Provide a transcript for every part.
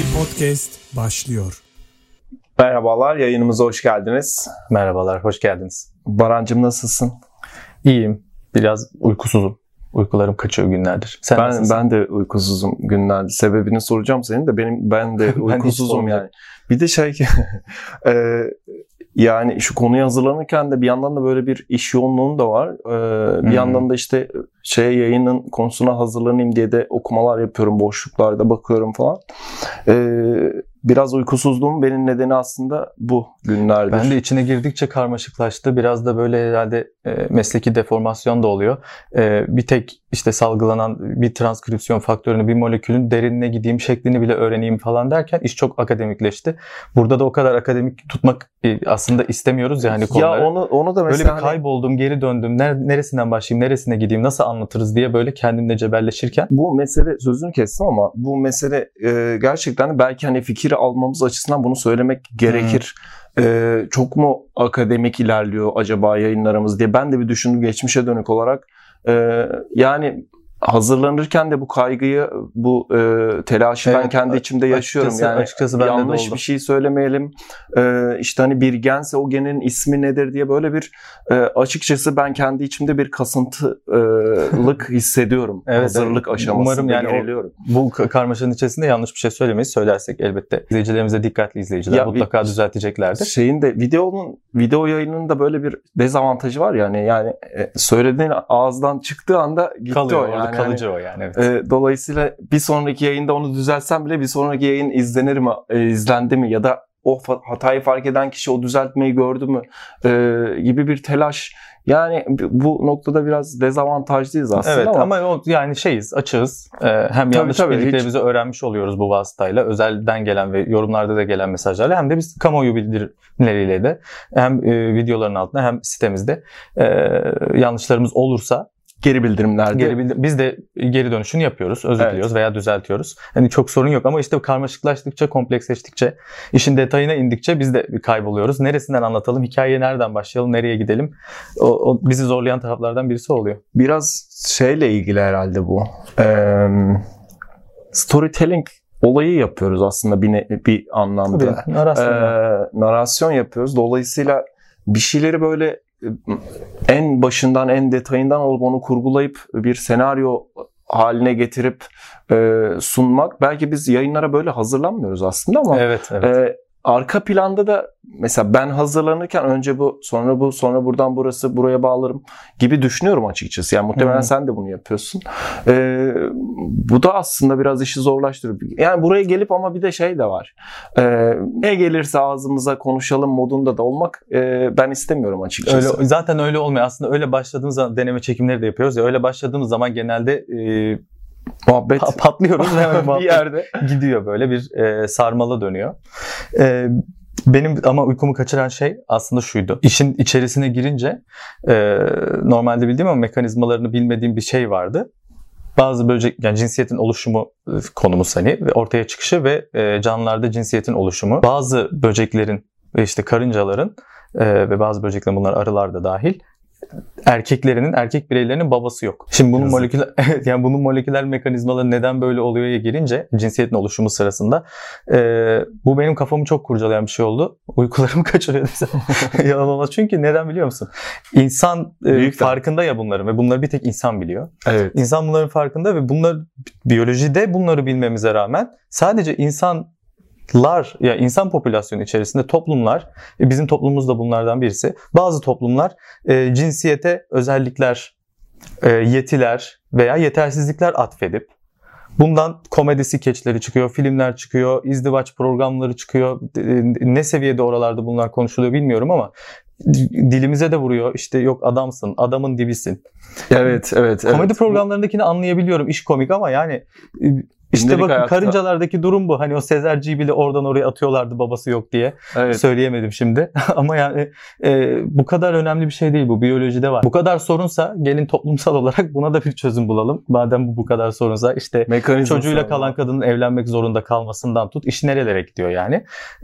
Podcast başlıyor. Merhabalar, yayınımıza hoş geldiniz. Merhabalar, hoş geldiniz. Barancığım nasılsın? İyiyim. Biraz uykusuzum. Uykularım kaçıyor günlerdir. Sen nasılsın? Ben de uykusuzum günlerdir. Sebebini soracağım senin de. Ben de uykusuzum yani. Bir de yani şu konuya hazırlanırken de bir yandan da böyle bir iş yoğunluğum da var. Bir yandan da işte yayının konusuna hazırlanayım diye de okumalar yapıyorum. Boşluklarda bakıyorum falan. Biraz uykusuzluğum benim nedeni aslında bu günlerdir. Ben de içine girdikçe karmaşıklaştı. Biraz da böyle herhalde mesleki deformasyon da oluyor. Bir tek işte salgılanan bir transkripsiyon faktörünü, bir molekülün derinine gideyim, şeklini bile öğreneyim falan derken iş çok akademikleşti. Burada da o kadar akademik tutmak aslında istemiyoruz yani konuları. Ya onu da mesela böyle bir kayboldum, geri döndüm. Neresinden başlayayım, neresine gideyim, nasıl anlatırız diye böyle kendimle cebelleşirken. Bu mesele, sözünü kestim ama bu mesele gerçekten belki hani fikir almamız açısından bunu söylemek gerekir. Çok mu akademik ilerliyor acaba yayınlarımız diye ben de bir düşündüm geçmişe dönük olarak. Yani hazırlanırken de bu kaygıyı, bu telaşı ben kendi içimde yaşıyorum. Açıkçası ben yanlış bir şey söylemeyelim. İşte hani bir gense o genin ismi nedir diye böyle bir açıkçası ben kendi içimde bir kasıntılık hissediyorum. Hazırlık aşamasında umarım yani geriliyorum. Bu karmaşanın içerisinde yanlış bir şey söylemeyiz. Söylersek elbette izleyicilerimize, dikkatli izleyiciler mutlaka düzelteceklerdir. Video yayının da böyle bir dezavantajı var yani söylediğin ağızdan çıktığı anda gitti kalıyor, o yani. Kalıcı o yani. Evet. Dolayısıyla bir sonraki yayında onu düzeltsem bile bir sonraki yayın izlenir mi, izlendi mi ya da o hatayı fark eden kişi o düzeltmeyi gördü mü gibi bir telaş. Yani bu noktada biraz dezavantajlıyız aslında. Evet ama yani açığız. Hem yanlış bildiklerimizi öğrenmiş oluyoruz bu vasıtayla. Özelden gelen ve yorumlarda da gelen mesajlarla hem de biz kamuoyu bildirimleriyle de hem videoların altında hem sitemizde yanlışlarımız olursa geri bildirimlerde. Biz de geri dönüşünü yapıyoruz, özür diliyoruz veya düzeltiyoruz. Hani çok sorun yok ama işte karmaşıklaştıkça, kompleksleştikçe, işin detayına indikçe biz de kayboluyoruz. Neresinden anlatalım, hikayeye nereden başlayalım, nereye gidelim? O bizi zorlayan taraflardan birisi oluyor. Biraz şeyle ilgili herhalde bu. Storytelling olayı yapıyoruz aslında bir anlamda. Tabii, narasyon yapıyoruz. Dolayısıyla bir şeyleri böyle en başından, en detayından alıp onu kurgulayıp bir senaryo haline getirip sunmak. Belki biz yayınlara böyle hazırlanmıyoruz aslında ama evet. Arka planda da mesela ben hazırlanırken önce bu, sonra bu, sonra buradan buraya bağlarım gibi düşünüyorum açıkçası. Yani muhtemelen sen de bunu yapıyorsun. Bu da aslında biraz işi zorlaştırıyor. Yani buraya gelip ama bir de de var. Ne gelirse ağzımıza konuşalım modunda da olmak ben istemiyorum açıkçası. Zaten öyle olmuyor. Aslında öyle başladığımız zaman deneme çekimleri de yapıyoruz ya. Öyle başladığımız zaman genelde muhabbet patlıyoruz bir yerde gidiyor, böyle bir sarmala dönüyor. Benim ama uykumu kaçıran şey aslında şuydu. İşin içerisine girince normalde bildiğim ama mekanizmalarını bilmediğim bir şey vardı. Bazı böcek, yani cinsiyetin oluşumu konumuz ve ortaya çıkışı ve canlılarda cinsiyetin oluşumu. Bazı böceklerin ve işte karıncaların ve bazı böceklerin, bunlar arılar da dahil, erkek bireylerinin babası yok. Şimdi bunun moleküler mekanizmaları neden böyle oluyor'ya girince cinsiyet'in oluşumu sırasında bu benim kafamı çok kurcalayan bir şey oldu. Uykularımı kaçırıyor desem yalan olmaz. Çünkü neden biliyor musun? İnsan farkında ya bunların ve bunları bir tek insan biliyor. Evet. İnsan bunların farkında ve biyolojide bunları bilmemize rağmen sadece insan popülasyonu içerisinde toplumlar, bizim toplumumuz da bunlardan birisi. Bazı toplumlar cinsiyete özellikler, yetiler veya yetersizlikler atfedip bundan komedi skeçleri çıkıyor, filmler çıkıyor, izdivaç programları çıkıyor. Ne seviyede oralarda bunlar konuşuluyor bilmiyorum ama dilimize de vuruyor. İşte yok adamsın, adamın dibisin. Evet. Komedi programlarındakini anlayabiliyorum. İş komik ama yani İşte bakın karıncalardaki durum bu. Hani o Sezerci'yi bile oradan oraya atıyorlardı babası yok diye. Evet. Söyleyemedim şimdi. Ama yani bu kadar önemli bir şey değil bu. Biyolojide var. Bu kadar sorunsa gelin toplumsal olarak buna da bir çözüm bulalım. Madem bu kadar sorunsa işte çocuğuyla kalan kadının evlenmek zorunda kalmasından tut. İş nerelere gidiyor yani.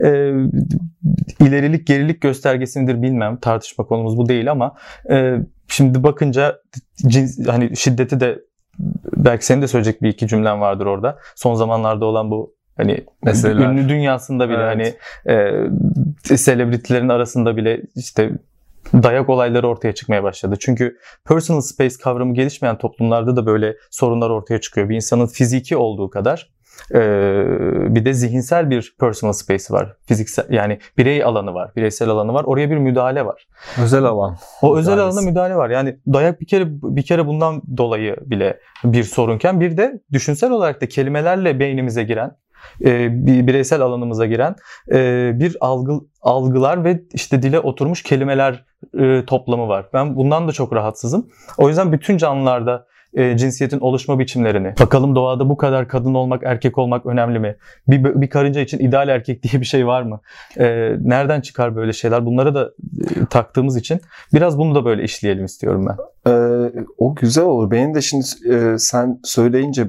İlerilik gerilik göstergesidir bilmem. Tartışma konumuz bu değil ama şimdi bakınca hani şiddeti de belki senin de söyleyecek bir iki cümlen vardır orada. Son zamanlarda olan bu Hani Meseleler. ünlü dünyasında bile Evet. hani selebritilerin arasında bile işte dayak olayları ortaya çıkmaya başladı. Çünkü personal space kavramı gelişmeyen toplumlarda da böyle sorunlar ortaya çıkıyor. Bir insanın fiziki olduğu kadar bir de zihinsel bir personal space var. Fiziksel, yani birey alanı var, bireysel alanı var. Oraya bir müdahale var. Özel alan. O özel alana müdahalesi. müdahale var. Yani dayak bir kere bundan dolayı bile bir sorunken, bir de düşünsel olarak da kelimelerle beynimize giren, bir bireysel alanımıza giren bir algılar ve işte dile oturmuş kelimeler toplamı var. Ben bundan da çok rahatsızım. O yüzden bütün canlılarda cinsiyetin oluşma biçimlerini, bakalım doğada bu kadar kadın olmak, erkek olmak önemli mi? Bir karınca için ideal erkek diye bir şey var mı? Nereden çıkar böyle şeyler? Bunları da taktığımız için biraz bunu da böyle işleyelim istiyorum ben. O güzel olur. Benim de şimdi sen söyleyince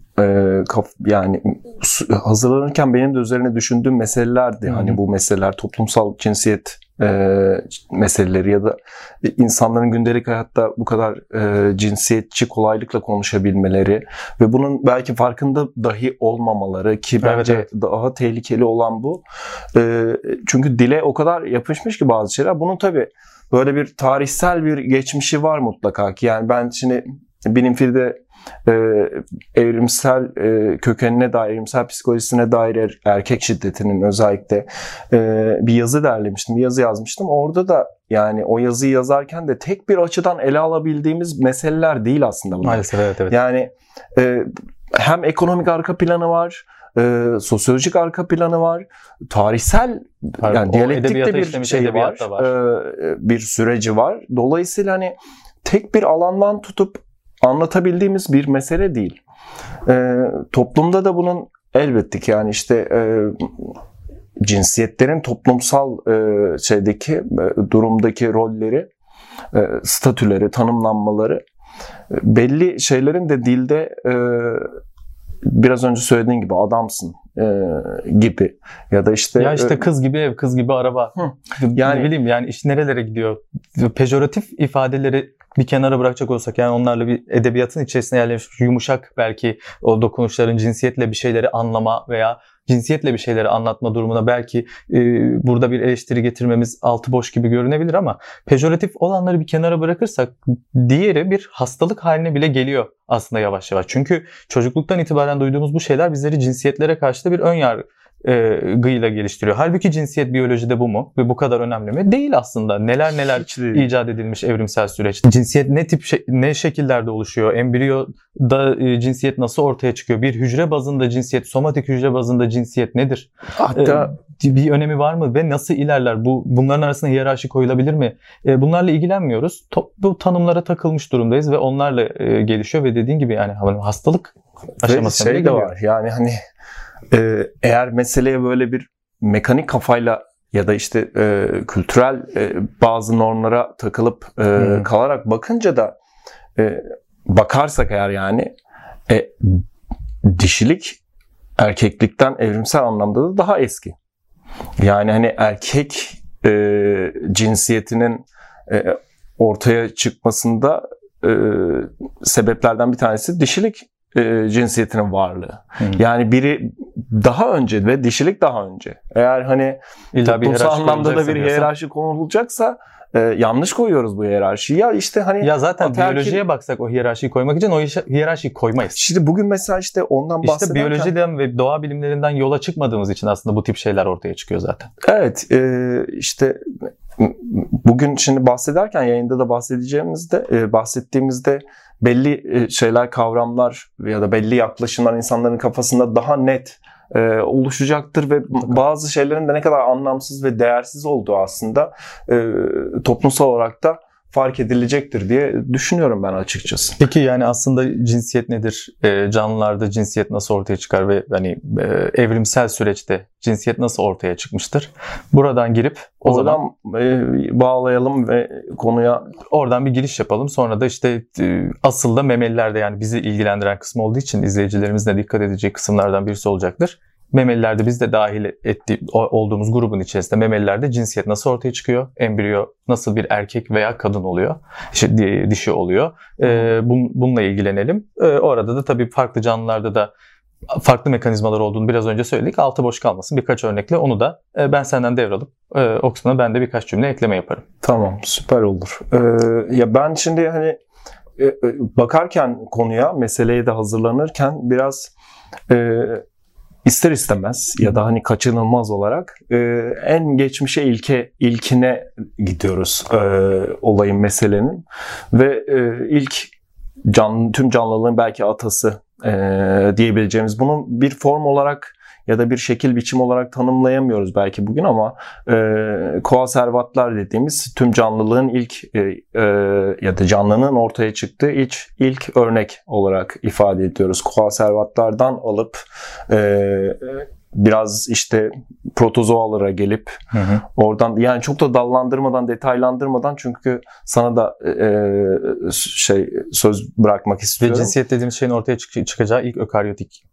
yani hazırlanırken benim de üzerine düşündüğüm meselelerdi. Hı-hı. Hani bu meseleler, toplumsal cinsiyet meseleleri ya da insanların gündelik hayatta bu kadar cinsiyetçi kolaylıkla konuşabilmeleri ve bunun belki farkında dahi olmamaları, ki bence Evet. daha tehlikeli olan bu. Çünkü dile o kadar yapışmış ki bazı şeyler. Bunun tabii böyle bir tarihsel bir geçmişi var mutlaka ki. Yani ben şimdi Bilimfil'de evrimsel kökenine dair, evrimsel psikolojisine dair erkek şiddetinin özellikle bir yazı derlemiştim, bir yazı yazmıştım. Orada da yani o yazıyı yazarken de tek bir açıdan ele alabildiğimiz meseleler değil aslında bunlar. Maalesef evet. Yani hem ekonomik arka planı var, sosyolojik arka planı var, tarihsel yani diyalektikte bir şey var, bir süreci var. Dolayısıyla hani tek bir alandan tutup anlatabildiğimiz bir mesele değil. Toplumda da bunun elbette ki yani işte cinsiyetlerin toplumsal durumdaki rolleri, statüleri, tanımlanmaları, belli şeylerin de dilde biraz önce söylediğin gibi adamsın gibi ya da işte ya işte kız gibi ev, kız gibi araba. Yani ne bileyim yani iş nerelere gidiyor? Pejoratif ifadeleri bir kenara bırakacak olsak, yani onlarla bir edebiyatın içerisine yerleşmiş yumuşak belki o dokunuşların cinsiyetle bir şeyleri anlama veya cinsiyetle bir şeyleri anlatma durumuna belki burada bir eleştiri getirmemiz altı boş gibi görünebilir ama pejoratif olanları bir kenara bırakırsak diğeri bir hastalık haline bile geliyor aslında yavaş yavaş. Çünkü çocukluktan itibaren duyduğumuz bu şeyler bizleri cinsiyetlere karşı da bir ön yargıyla geliştiriyor. Halbuki cinsiyet biyolojide bu mu? Ve bu kadar önemli mi? Değil aslında. Neler icat edilmiş evrimsel süreçte. Cinsiyet ne şekillerde oluşuyor? Embriyoda cinsiyet nasıl ortaya çıkıyor? Bir hücre bazında cinsiyet, somatik hücre bazında cinsiyet nedir? Hatta bir önemi var mı ve nasıl ilerler? Bunların arasında hiyerarşi koyulabilir mi? Bunlarla ilgilenmiyoruz. Bu tanımlara takılmış durumdayız ve onlarla gelişiyor ve dediğin gibi yani hastalık aşamasına de var. Yani hani eğer meseleye böyle bir mekanik kafayla ya da işte kültürel bazı normlara takılıp kalarak bakınca da bakarsak eğer yani dişilik erkeklikten evrimsel anlamda da daha eski. Yani hani erkek cinsiyetinin ortaya çıkmasında sebeplerden bir tanesi dişilik cinsiyetinin varlığı. Yani biri daha önce ve dişilik daha önce. Eğer hani toplumsal anlamda da bir hiyerarşi konulacaksa yanlış koyuyoruz bu hiyerarşiyi. Ya işte hani ya zaten biyolojiye baksak o hiyerarşiyi koymak için o hiyerarşiyi koymayız. Şimdi bugün mesela işte ondan bahsederken biyolojiden ve doğa bilimlerinden yola çıkmadığımız için aslında bu tip şeyler ortaya çıkıyor zaten. Evet, işte bugün şimdi bahsederken yayında da bahsettiğimizde belli şeyler, kavramlar ya da belli yaklaşımlar insanların kafasında daha net oluşacaktır ve bazı şeylerin de ne kadar anlamsız ve değersiz olduğu aslında toplumsal olarak da fark edilecektir diye düşünüyorum ben açıkçası. Peki yani aslında cinsiyet nedir? Canlılarda cinsiyet nasıl ortaya çıkar ve hani evrimsel süreçte cinsiyet nasıl ortaya çıkmıştır? Buradan girip oradan bağlayalım ve konuya oradan bir giriş yapalım. Sonra da işte asıl da memelilerde, yani bizi ilgilendiren kısmı olduğu için izleyicilerimizin de dikkat edeceği kısımlardan birisi olacaktır. Memelilerde biz de dahil olduğumuz grubun içerisinde memelilerde cinsiyet nasıl ortaya çıkıyor? Embriyo nasıl bir erkek veya kadın oluyor? Dişi oluyor. Bununla ilgilenelim. Orada da tabii farklı canlılarda da farklı mekanizmalar olduğunu biraz önce söyledik. Altı boş kalmasın. Birkaç örnekle onu da ben senden devralıp o kısmına ben de birkaç cümle ekleme yaparım. Tamam, süper olur. Ya ben şimdi hani bakarken konuya, meseleye de hazırlanırken biraz ister istemez ya da hani kaçınılmaz olarak en geçmişe ilkine gidiyoruz olayın, meselenin ve ilk tüm canlılığın belki atası diyebileceğimiz, bunun bir form olarak ya da bir şekil biçim olarak tanımlayamıyoruz belki bugün ama koaservatlar dediğimiz tüm canlılığın ilk ya da canlının ortaya çıktığı ilk örnek olarak ifade ediyoruz. Koaservatlardan alıp biraz işte protozoalara gelip oradan, yani çok da dallandırmadan, detaylandırmadan, çünkü sana da söz bırakmak istiyorum. Ve cinsiyet dediğimiz şeyin ortaya çıkacağı ilk ökaryotik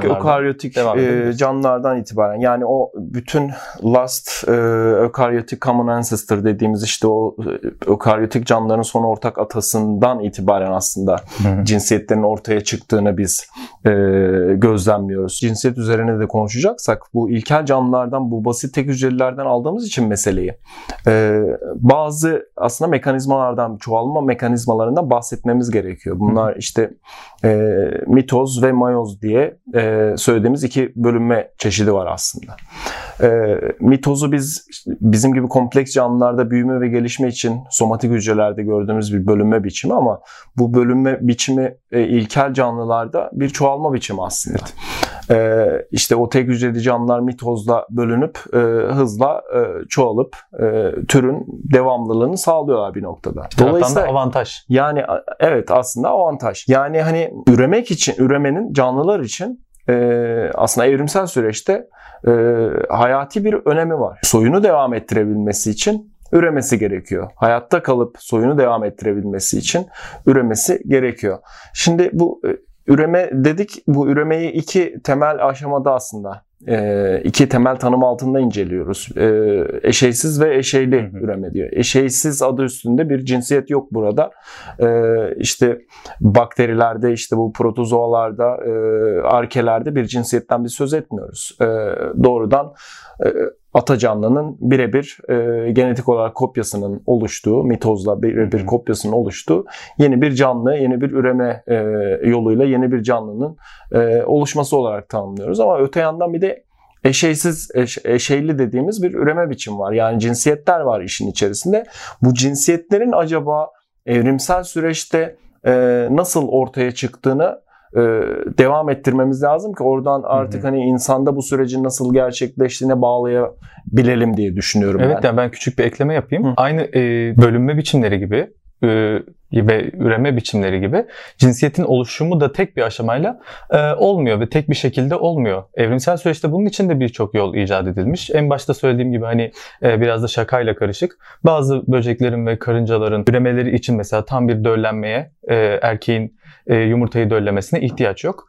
canlılardan itibaren, yani o bütün last ökaryotik common ancestor dediğimiz işte o ökaryotik canlıların son ortak atasından itibaren aslında cinsiyetlerin ortaya çıktığını biz gözlemliyoruz. Cinsiyet üzerine de konuşacaksak, bu ilkel canlılardan, bu basit tek hücrelilerden aldığımız için meseleyi bazı aslında mekanizmalardan, çoğalma mekanizmalarından bahsetmemiz gerekiyor. Bunlar işte mitoz ve mayoz diye söylediğimiz iki bölünme çeşidi var aslında. Mitozu bizim gibi kompleks canlılarda büyüme ve gelişme için somatik hücrelerde gördüğümüz bir bölünme biçimi, ama bu bölünme biçimi ilkel canlılarda bir çoğalma biçimi aslında. İşte o tek hücreli canlılar mitozla bölünüp hızla çoğalıp türün devamlılığını sağlıyorlar bir noktada. Dolayısıyla avantaj. Yani evet, aslında avantaj. Yani hani üremenin canlılar için aslında evrimsel süreçte hayati bir önemi var. Soyunu devam ettirebilmesi için üremesi gerekiyor. Hayatta kalıp soyunu devam ettirebilmesi için üremesi gerekiyor. Şimdi bu üreme dedik. Bu üremeyi iki temel aşamada aslında, iki temel tanım altında inceliyoruz. Eşeysiz ve eşeyli üreme diyor. Eşeysiz adı üstünde bir cinsiyet yok burada. İşte bakterilerde, işte bu protozoalarda, arkelerde bir cinsiyetten biz söz etmiyoruz. Doğrudan ata canlının birebir genetik olarak kopyasının oluştuğu, mitozla birebir kopyasının oluştuğu yeni bir canlı, yeni bir üreme yoluyla yeni bir canlının oluşması olarak tanımlıyoruz. Ama öte yandan bir de eşeyli dediğimiz bir üreme biçimi var. Yani cinsiyetler var işin içerisinde. Bu cinsiyetlerin acaba evrimsel süreçte nasıl ortaya çıktığını devam ettirmemiz lazım ki oradan artık hani insanda bu sürecin nasıl gerçekleştiğine bağlayabilelim diye düşünüyorum. Evet, yani ben küçük bir ekleme yapayım. Aynı bölünme biçimleri gibi ve üreme biçimleri gibi cinsiyetin oluşumu da tek bir aşamayla olmuyor ve tek bir şekilde olmuyor. Evrimsel süreçte bunun için de birçok yol icat edilmiş. En başta söylediğim gibi hani biraz da şakayla karışık. Bazı böceklerin ve karıncaların üremeleri için mesela tam bir döllenmeye, erkeğin yumurtayı döllemesine ihtiyaç yok.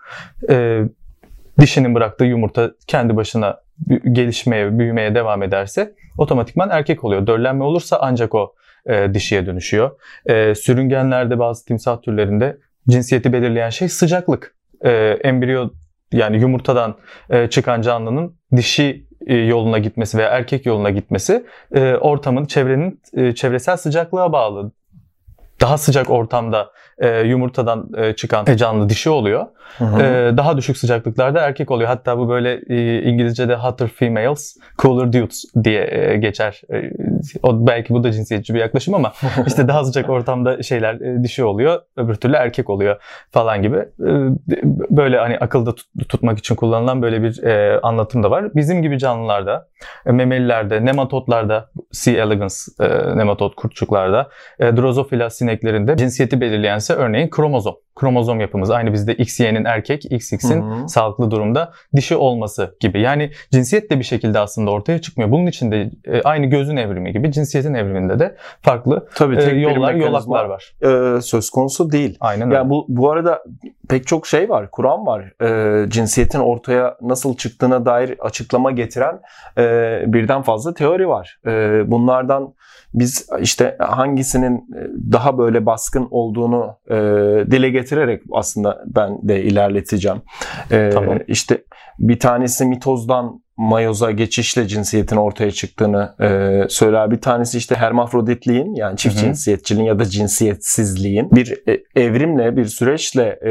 Dişinin bıraktığı yumurta kendi başına gelişmeye, büyümeye devam ederse otomatikman erkek oluyor. Döllenme olursa ancak o dişiye dönüşüyor. Sürüngenlerde, bazı timsah türlerinde cinsiyeti belirleyen şey sıcaklık. Embriyo, yani yumurtadan çıkan canlının dişi yoluna gitmesi veya erkek yoluna gitmesi ortamın, çevrenin çevresel sıcaklığa bağlı. Daha sıcak ortamda yumurtadan çıkan canlı dişi oluyor. Daha düşük sıcaklıklarda erkek oluyor. Hatta bu böyle İngilizce'de hotter females, cooler dudes diye geçer. O belki bu da cinsiyetçi bir yaklaşım ama işte daha sıcak ortamda şeyler dişi oluyor, öbür türlü erkek oluyor falan gibi. Böyle hani akılda tutmak için kullanılan böyle bir anlatım da var. Bizim gibi canlılarda, memelilerde, nematodlarda, C. elegans nematod kurtçuklarda, Drosophila sineklerinde cinsiyeti belirleyense örneğin kromozom. Kromozom yapımız aynı bizde XY'nin erkek, XX'in sağlıklı durumda dişi olması gibi. Yani cinsiyet de bir şekilde aslında ortaya çıkmıyor. Bunun için de aynı gözün evrimi gibi cinsiyetin evriminde de farklı yollar, yolaklar var. Söz konusu değil. Aynen öyle. Yani bu arada pek çok şey var, kuram var. Cinsiyetin ortaya nasıl çıktığına dair açıklama getiren birden fazla teori var. Bunlardan biz işte hangisinin daha böyle baskın olduğunu dile getirerek aslında ben de ilerleteceğim. Tamam. İşte bir tanesi mitozdan mayoza geçişle cinsiyetin ortaya çıktığını söyler. Bir tanesi işte hermafroditliğin, yani çift cinsiyetçiliğin ya da cinsiyetsizliğin bir evrimle, bir süreçle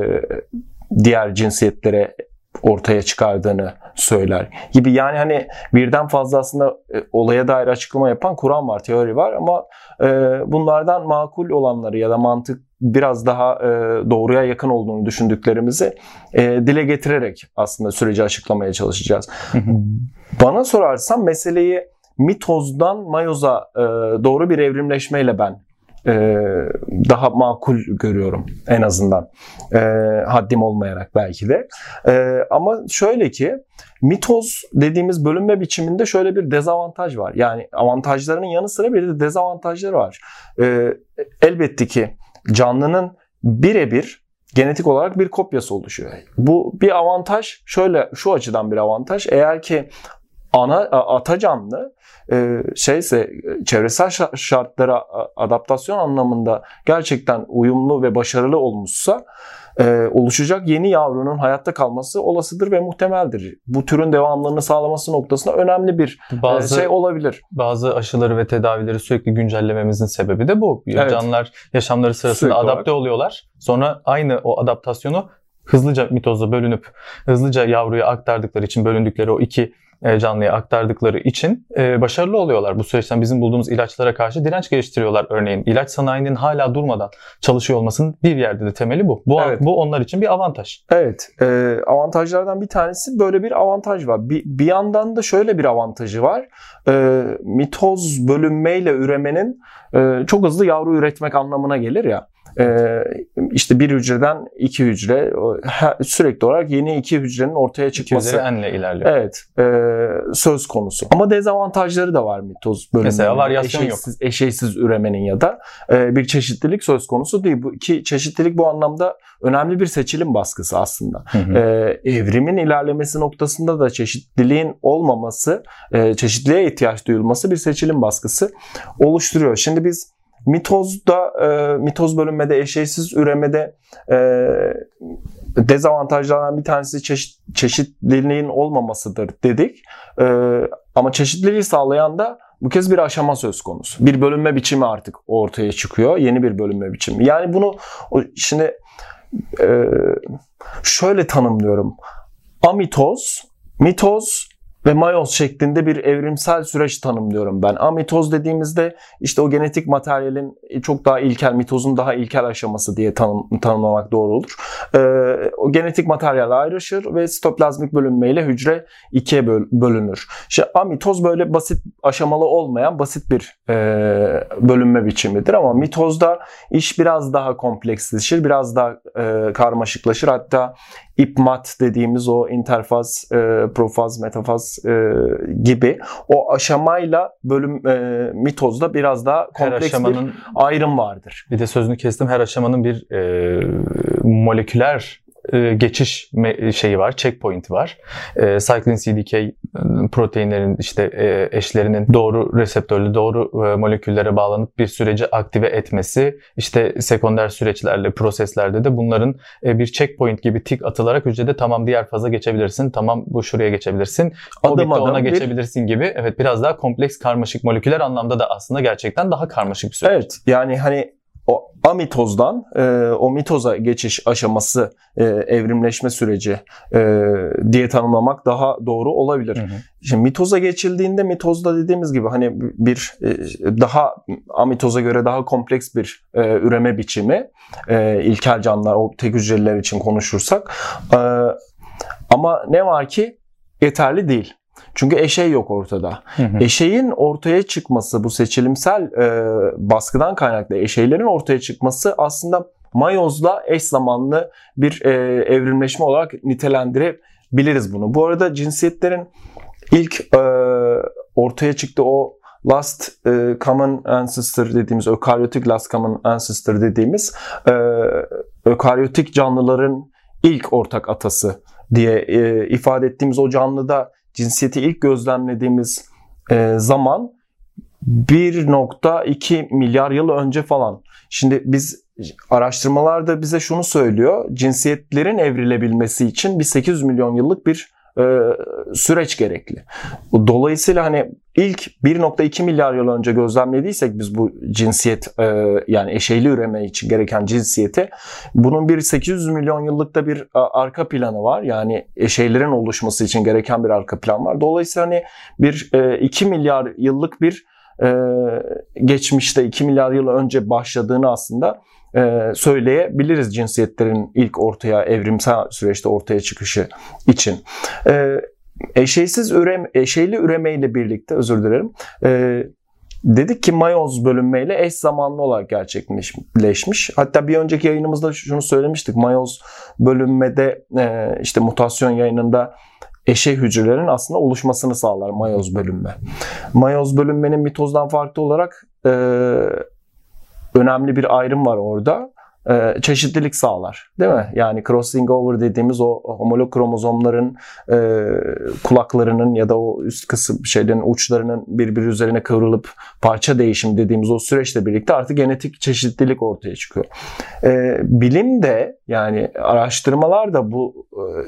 diğer cinsiyetlere ortaya çıkardığını söyler gibi. Yani hani birden fazla aslında olaya dair açıklama yapan kuram var, teori var ama bunlardan makul olanları ya da mantık biraz daha doğruya yakın olduğunu düşündüklerimizi dile getirerek aslında süreci açıklamaya çalışacağız. Bana sorarsan meseleyi mitozdan mayoza doğru bir evrimleşmeyle ben daha makul görüyorum en azından. Haddim olmayarak belki de. Ama şöyle ki mitoz dediğimiz bölünme biçiminde şöyle bir dezavantaj var. Yani avantajlarının yanı sıra bir de dezavantajları var. Elbette ki canlının birebir genetik olarak bir kopyası oluşuyor. Bu bir avantaj. Şöyle, şu açıdan bir avantaj. Eğer ki ata canlı çevresel şartlara adaptasyon anlamında gerçekten uyumlu ve başarılı olmuşsa oluşacak yeni yavrunun hayatta kalması olasıdır ve muhtemeldir. Bu türün devamlılığını sağlaması noktasında önemli bir şey olabilir. Bazı aşıları ve tedavileri sürekli güncellememizin sebebi de bu. Evet. Canlılar yaşamları sırasında sürekli adapte oluyorlar. Sonra aynı o adaptasyonu hızlıca mitozda bölünüp hızlıca yavruya aktardıkları için, bölündükleri o iki canlıya aktardıkları için başarılı oluyorlar. Bu süreçten bizim bulduğumuz ilaçlara karşı direnç geliştiriyorlar örneğin. İlaç sanayinin hala durmadan çalışıyor olmasının bir yerde de temeli bu. Bu onlar için bir avantaj. Evet. Avantajlardan bir tanesi, böyle bir avantaj var. Bir yandan da şöyle bir avantajı var. Mitoz bölünmeyle üremenin çok hızlı yavru üretmek anlamına gelir ya. İşte bir hücreden iki hücre, sürekli olarak yeni iki hücrenin ortaya çıkması. N ilerliyor. Evet. Söz konusu. Ama dezavantajları da var mitoz bölünmenin. Mesela varyasyon yok. Eşeysiz üremenin ya da bir çeşitlilik söz konusu değil. Ki çeşitlilik bu anlamda önemli bir seçilim baskısı aslında. Evrimin ilerlemesi noktasında da çeşitliliğin olmaması, çeşitliliğe ihtiyaç duyulması bir seçilim baskısı oluşturuyor. Şimdi biz mitoz bölünmede, eşeysiz üremede dezavantajlardan bir tanesi çeşitliliğin olmamasıdır dedik. Ama çeşitliliği sağlayan da bu kez bir aşama söz konusu. Bir bölünme biçimi artık ortaya çıkıyor. Yeni bir bölünme biçimi. Yani bunu şimdi şöyle tanımlıyorum. Amitoz, mitoz ve mayoz şeklinde bir evrimsel süreç tanımlıyorum ben. Amitoz dediğimizde işte o genetik materyalin çok daha ilkel, mitozun daha ilkel aşaması diye tanımlamak doğru olur. O genetik materyal ayrışır ve sitoplazmik bölünmeyle hücre ikiye bölünür. İşte amitoz böyle basit, aşamalı olmayan basit bir bölünme biçimidir ama mitozda iş biraz daha kompleksleşir, biraz daha karmaşıklaşır. Hatta ipmat dediğimiz o interfaz, profaz, metafaz gibi o aşamayla mitozda biraz daha kompleks bir ayrım vardır. Bir de sözünü kestim. Her aşamanın bir moleküler geçiş şeyi var, checkpoint'i var. Cyclin CDK proteinlerin işte eşlerinin doğru reseptörle doğru moleküllere bağlanıp bir süreci aktive etmesi, işte sekonder süreçlerle, proseslerde de bunların bir checkpoint gibi tik atılarak hücrede tamam diğer faza geçebilirsin, tamam bu şuraya geçebilirsin, o bitti ona geçebilirsin gibi. Evet, biraz daha kompleks, karmaşık, moleküler anlamda da aslında gerçekten daha karmaşık bir süreç. Evet, yani hani o amitozdan o mitoza geçiş aşaması, evrimleşme süreci diye tanımlamak daha doğru olabilir. Şimdi mitoza geçildiğinde, mitozda dediğimiz gibi hani bir daha amitoza göre daha kompleks bir üreme biçimi, ilkel canlılar, o tek hücreliler için konuşursak, ama ne var ki yeterli değil. Çünkü eşey yok ortada. Eşeğin ortaya çıkması, bu seçilimsel baskıdan kaynaklı eşeylerin ortaya çıkması aslında mayozla eş zamanlı bir evrimleşme olarak nitelendirebiliriz bunu. Bu arada cinsiyetlerin ilk ortaya çıktığı o last common ancestor dediğimiz, ökaryotik last common ancestor dediğimiz ökaryotik canlıların ilk ortak atası diye ifade ettiğimiz o canlıda cinsiyeti ilk gözlemlediğimiz zaman 1.2 milyar yıl önce falan. Şimdi biz araştırmalar da bize şunu söylüyor. Cinsiyetlerin evrilebilmesi için bir 800 milyon yıllık bir süreç gerekli. Dolayısıyla hani ilk 1.2 milyar yıl önce gözlemlediysek biz bu cinsiyet yani eşeyli üreme için gereken cinsiyeti, bunun bir 800 milyon yıllıkta bir arka planı var. Yani eşeylerin oluşması için gereken bir arka plan var. Dolayısıyla hani bir 2 milyar yıllık bir geçmişte 2 milyar yıl önce başladığını aslında söyleyebiliriz cinsiyetlerin ilk ortaya, evrimsel süreçte ortaya çıkışı için. Eşeyli üremeyle birlikte, özür dilerim, dedik ki mayoz bölünmeyle eş zamanlı olarak gerçekleşmiş. Hatta bir önceki yayınımızda şunu söylemiştik. Mayoz bölünmede işte mutasyon yayınında eşey hücrelerin aslında oluşmasını sağlar mayoz bölünme. Mayoz bölünmenin mitozdan farklı olarak önemli bir ayrım var orada. Çeşitlilik sağlar, değil mi? Yani crossing over dediğimiz o homolog kromozomların kulaklarının ya da o üst kısım şeylerin uçlarının birbiri üzerine kıvrılıp parça değişimi dediğimiz o süreçle birlikte artık genetik çeşitlilik ortaya çıkıyor. Bilim de, yani araştırmalar da bu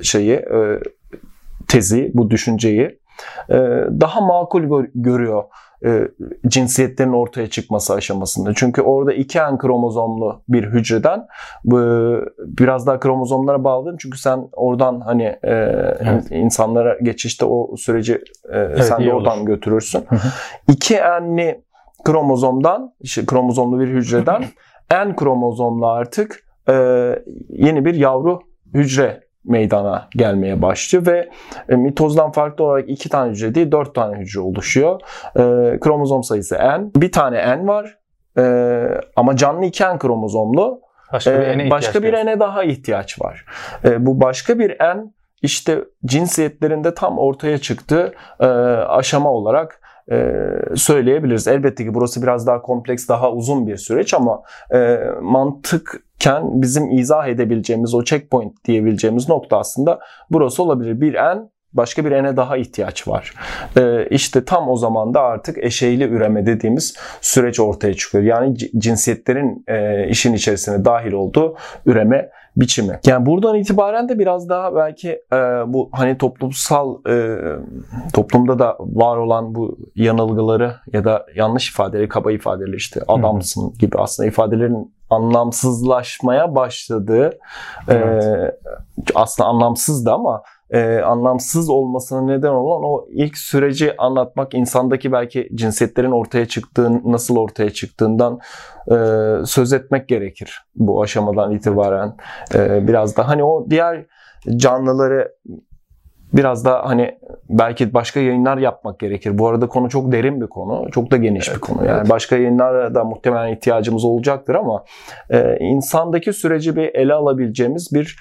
tezi, bu düşünceyi daha makul görüyor cinsiyetlerin ortaya çıkması aşamasında. Çünkü orada 2N kromozomlu bir hücreden biraz daha kromozomlara bağlıdır. Çünkü sen oradan hani insanlara geçişte o süreci sen de oradan olur, götürürsün. 2N'li kromozomdan, kromozomlu bir hücreden N kromozomlu artık yeni bir yavru hücre meydana gelmeye başlıyor ve mitozdan farklı olarak 2 tane hücre değil 4 tane hücre oluşuyor. Kromozom sayısı N. Bir tane N var ama canlı 2N kromozomlu. Başka bir N'e daha ihtiyaç var. Bu başka bir N işte cinsiyetlerinde tam ortaya çıktığı aşama olarak söyleyebiliriz. Elbette ki burası biraz daha kompleks, daha uzun bir süreç ama mantıkken bizim izah edebileceğimiz, o checkpoint diyebileceğimiz nokta aslında burası olabilir. Bir N, başka bir N'e daha ihtiyaç var. İşte tam o zaman da artık eşeyli üreme dediğimiz süreç ortaya çıkıyor. Yani cinsiyetlerin işin içerisine dahil olduğu üreme biçimi. Yani buradan itibaren de biraz daha belki bu hani toplumda da var olan bu yanılgıları ya da yanlış ifadeleri, kaba ifadeleri, işte adamsın gibi aslında ifadelerin anlamsızlaşmaya başladığı, aslında anlamsızdı ama anlamsız olmasına neden olan o ilk süreci anlatmak, insandaki belki cinsiyetlerin ortaya çıktığı, nasıl ortaya çıktığından söz etmek gerekir bu aşamadan itibaren. Biraz da hani o diğer canlıları biraz da hani belki başka yayınlar yapmak gerekir. Bu arada konu çok derin bir konu, çok da geniş bir konu. Yani başka yayınlara da muhtemelen ihtiyacımız olacaktır ama insandaki süreci bir ele alabileceğimiz bir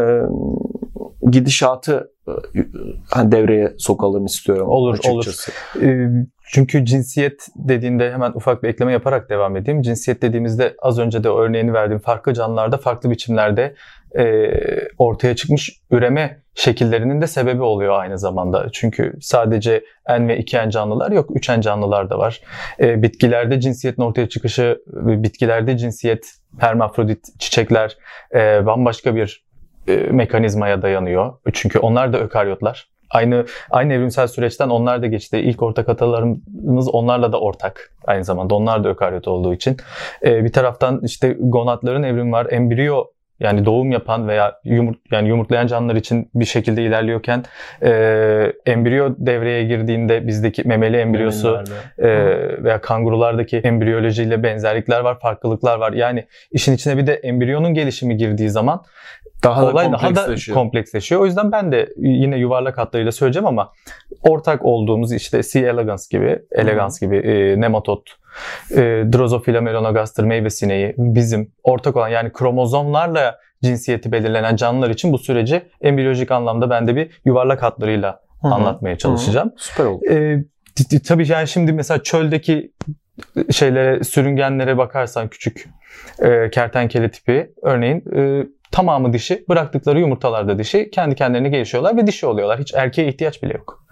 gidişatı devreye sokalım istiyorum. Olur, açıkçası. Olur. Çünkü cinsiyet dediğinde hemen ufak bir ekleme yaparak devam edeyim. Cinsiyet dediğimizde az önce de örneğini verdiğim farklı canlılarda, farklı biçimlerde ortaya çıkmış üreme şekillerinin de sebebi oluyor aynı zamanda. Çünkü sadece N ve 2N canlılar yok, 3N canlılar da var. Bitkilerde cinsiyetin ortaya çıkışı, bitkilerde cinsiyet, hermafrodit çiçekler bambaşka bir mekanizmaya dayanıyor. Çünkü onlar da ökaryotlar. Aynı evrimsel süreçten onlar da geçti. İlk ortak atalarımız onlarla da ortak. Aynı zamanda onlar da ökaryot olduğu için. Bir taraftan işte gonadların evrimi var. Embriyo, yani doğum yapan veya yumurtlayan canlılar için bir şekilde ilerliyorken embriyo devreye girdiğinde bizdeki memeli embriyosu veya kangurulardaki embriyolojiyle benzerlikler var, farklılıklar var. Yani işin içine bir de embriyonun gelişimi girdiği zaman olay daha da kompleksleşiyor. O yüzden ben de yine yuvarlak hatlarıyla söyleyeceğim ama ortak olduğumuz işte C. elegans gibi nematod, Drosophila melanogaster meyve sineği bizim ortak olan, yani kromozomlarla cinsiyeti belirlenen canlılar için bu süreci embriyolojik anlamda ben de bir yuvarlak hatlarıyla anlatmaya çalışacağım. Süper oldu. Tabii yani şimdi mesela çöldeki sürüngenlere bakarsan küçük kertenkele tipi örneğin tamamı dişi, bıraktıkları yumurtalarda dişi, kendi kendilerine gelişiyorlar ve dişi oluyorlar. Hiç erkeğe ihtiyaç bile yok.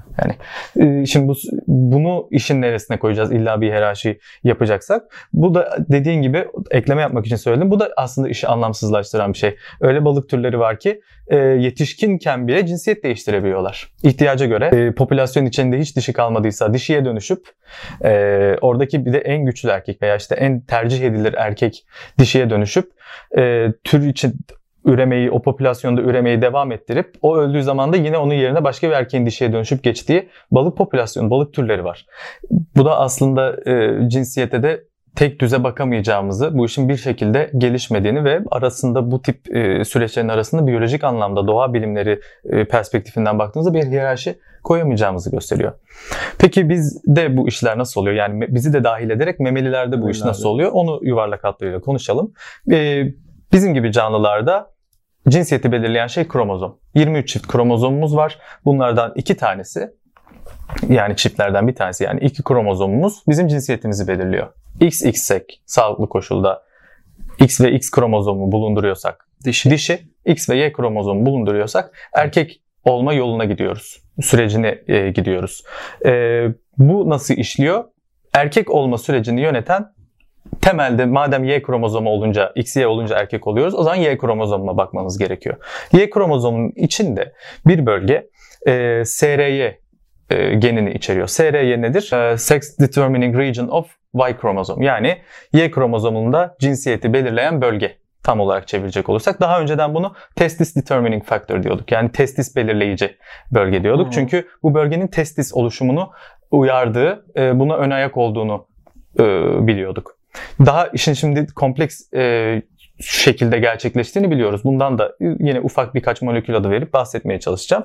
Yani şimdi bunu işin neresine koyacağız illa bir hiyerarşi yapacaksak? Bu da dediğin gibi ekleme yapmak için söyledim. Bu da aslında işi anlamsızlaştıran bir şey. Öyle balık türleri var ki yetişkinken bile cinsiyet değiştirebiliyorlar. İhtiyaca göre popülasyon içinde hiç dişi kalmadıysa dişiye dönüşüp oradaki bir de en güçlü erkek veya işte en tercih edilir erkek dişiye dönüşüp tür için üremeyi, o popülasyonda üremeyi devam ettirip o öldüğü zaman da yine onun yerine başka bir erkeğin dişiye dönüşüp geçtiği balık popülasyonu, balık türleri var. Bu da aslında cinsiyete de tek düze bakamayacağımızı, bu işin bir şekilde gelişmediğini ve arasında bu tip süreçlerin arasında biyolojik anlamda doğa bilimleri perspektifinden baktığımızda bir hiyerarşi koyamayacağımızı gösteriyor. Peki bizde bu işler nasıl oluyor? Yani bizi de dahil ederek memelilerde bu iş nasıl oluyor? Onu yuvarlak hatlarıyla konuşalım. Bizim gibi canlılarda cinsiyeti belirleyen şey kromozom. 23 çift kromozomumuz var. Bunlardan 2 tanesi, yani çiftlerden bir tanesi, yani 2 kromozomumuz bizim cinsiyetimizi belirliyor. XX'sek sağlıklı koşulda X ve X kromozomu bulunduruyorsak dişi, X ve Y kromozomu bulunduruyorsak erkek olma yoluna gidiyoruz. Sürecine gidiyoruz. Bu nasıl işliyor? Erkek olma sürecini yöneten temelde madem Y kromozomu olunca, XY olunca erkek oluyoruz, o zaman Y kromozomuna bakmamız gerekiyor. Y kromozomunun içinde bir bölge SRY genini içeriyor. SRY nedir? Sex Determining Region of Y kromozom. Yani Y kromozomunda cinsiyeti belirleyen bölge. Tam olarak çevirecek olursak. Daha önceden bunu testis determining factor diyorduk. Yani testis belirleyici bölge diyorduk. Çünkü bu bölgenin testis oluşumunu uyardığı, buna ön ayak olduğunu biliyorduk. Daha işin şimdi kompleks şekilde gerçekleştiğini biliyoruz. Bundan da yine ufak birkaç molekül adı verip bahsetmeye çalışacağım.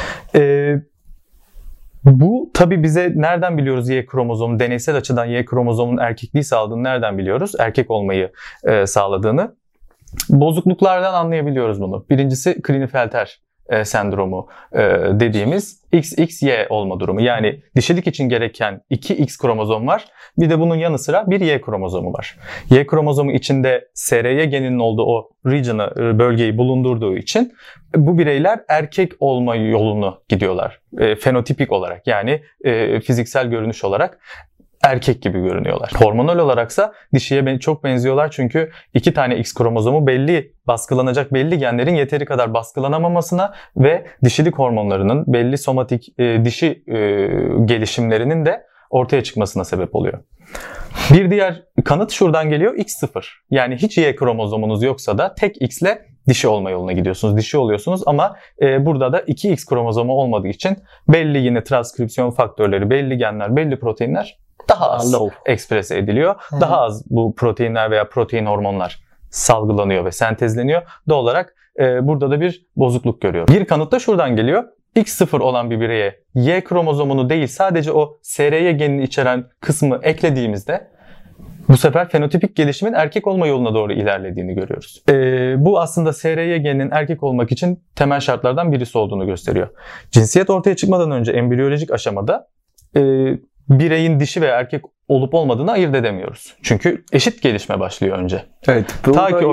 Bu tabii bize nereden biliyoruz Y kromozomu, deneysel açıdan Y kromozomunun erkekliği sağladığını nereden biliyoruz? Erkek olmayı sağladığını. Bozukluklardan anlayabiliyoruz bunu. Birincisi Klinefelter sendromu dediğimiz XXY olma durumu. Yani dişilik için gereken 2 X kromozom var. Bir de bunun yanı sıra bir Y kromozomu var. Y kromozomu içinde SRY geninin olduğu o region'ı, bölgeyi bulundurduğu için bu bireyler erkek olma yolunu gidiyorlar. Fenotipik olarak, yani fiziksel görünüş olarak erkek gibi görünüyorlar. Hormonal olaraksa dişiye çok benziyorlar çünkü 2 tane X kromozomu belli baskılanacak belli genlerin yeteri kadar baskılanamamasına ve dişilik hormonlarının belli somatik dişi gelişimlerinin de ortaya çıkmasına sebep oluyor. Bir diğer kanıt şuradan geliyor. X0. Yani hiç Y kromozomunuz yoksa da tek X ile dişi olma yoluna gidiyorsunuz. Dişi oluyorsunuz ama burada da 2X kromozomu olmadığı için belli yine transkripsiyon faktörleri, belli genler, belli proteinler daha az eksprese ediliyor. Daha az bu proteinler veya protein hormonlar salgılanıyor ve sentezleniyor. Doğal olarak burada da bir bozukluk görüyoruz. Bir kanıt da şuradan geliyor. X0 olan bir bireye Y kromozomunu değil sadece o SRY genini içeren kısmı eklediğimizde bu sefer fenotipik gelişimin erkek olma yoluna doğru ilerlediğini görüyoruz. Bu aslında SRY geninin erkek olmak için temel şartlardan birisi olduğunu gösteriyor. Cinsiyet ortaya çıkmadan önce embriyolojik aşamada bireyin dişi veya erkek olup olmadığını ayırt edemiyoruz. Çünkü eşit gelişme başlıyor önce. Evet. Ta ki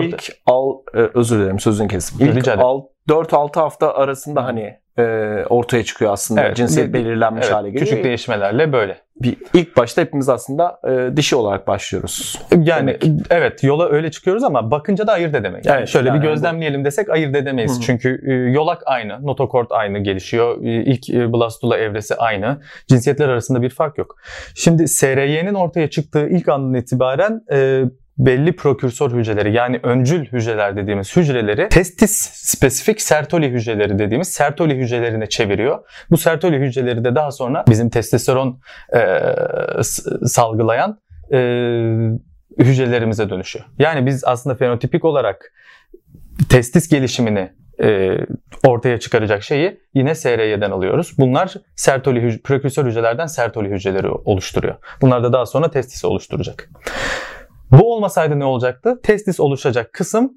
özür dilerim sözünü kestim. İlk 4-6 hafta arasında hani ortaya çıkıyor aslında. Evet, cinsiyet belirlenmiş hale geliyor. Küçük değişmelerle böyle. İlk başta hepimiz aslında dişi olarak başlıyoruz. Yani evet, yola öyle çıkıyoruz ama bakınca da ayırt edemeyiz. Evet, şöyle bir gözlemleyelim desek ayırt edemeyiz. Hı-hı. Çünkü yolak aynı, notokort aynı gelişiyor. İlk blastula evresi aynı. Cinsiyetler arasında bir fark yok. Şimdi SRY'nin ortaya çıktığı ilk andan itibaren belli prokürsor hücreleri, yani öncül hücreler dediğimiz hücreleri testis spesifik Sertoli hücreleri dediğimiz Sertoli hücrelerine çeviriyor. Bu Sertoli hücreleri de daha sonra bizim testosteron salgılayan hücrelerimize dönüşüyor. Yani biz aslında fenotipik olarak testis gelişimini ortaya çıkaracak şeyi yine SRY'den alıyoruz. Bunlar Sertoli prokürsor hücrelerden Sertoli hücreleri oluşturuyor. Bunlar da daha sonra testisi oluşturacak. Bu olmasaydı ne olacaktı? Testis oluşacak kısım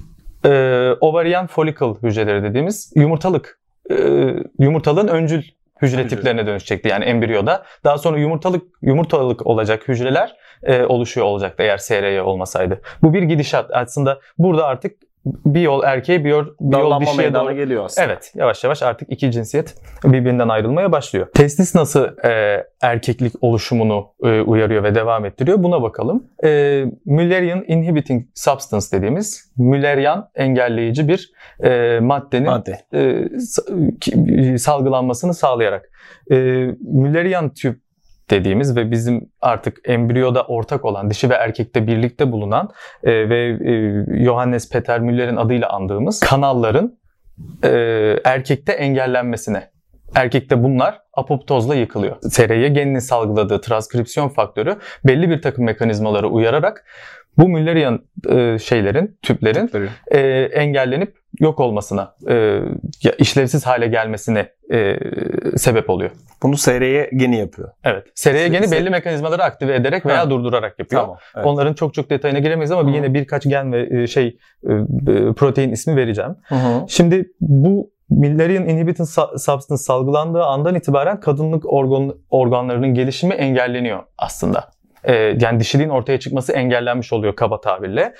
ovarian follicle hücreleri dediğimiz yumurtalığın öncül hücre tiplerine dönüşecekti. Yani embriyoda. Daha sonra yumurtalık olacak hücreler oluşuyor olacaktı eğer SRY olmasaydı. Bu bir gidişat. Aslında burada artık bir yol erkeğe bir yol Dallanma dişiye meydana doğru geliyor aslında. Evet, yavaş yavaş artık iki cinsiyet birbirinden ayrılmaya başlıyor. Testis nasıl erkeklik oluşumunu uyarıyor ve devam ettiriyor? Buna bakalım. Müllerian inhibiting substance dediğimiz Müllerian engelleyici bir maddenin salgılanmasını sağlayarak Müllerian tüp dediğimiz ve bizim artık embriyoda ortak olan, dişi ve erkekte birlikte bulunan ve Johannes Peter Müller'in adıyla andığımız kanalların erkekte engellenmesine. Erkekte bunlar apoptozla yıkılıyor. SRY geninin salgıladığı transkripsiyon faktörü belli bir takım mekanizmaları uyararak bu Müllerian tüplerin engellenip yok olmasına, işlevsiz hale gelmesine sebep oluyor. Bunu SRY geni yapıyor. Evet. SRY geni belli mekanizmaları aktive ederek veya durdurarak yapıyor. Tamam, evet. Onların çok detayına giremeyiz ama yine birkaç gen ve protein ismi vereceğim. Hı-hı. Şimdi bu Müllerian inhibiting substance salgılandığı andan itibaren kadınlık organlarının gelişimi engelleniyor aslında. Yani dişiliğin ortaya çıkması engellenmiş oluyor kaba tabirle.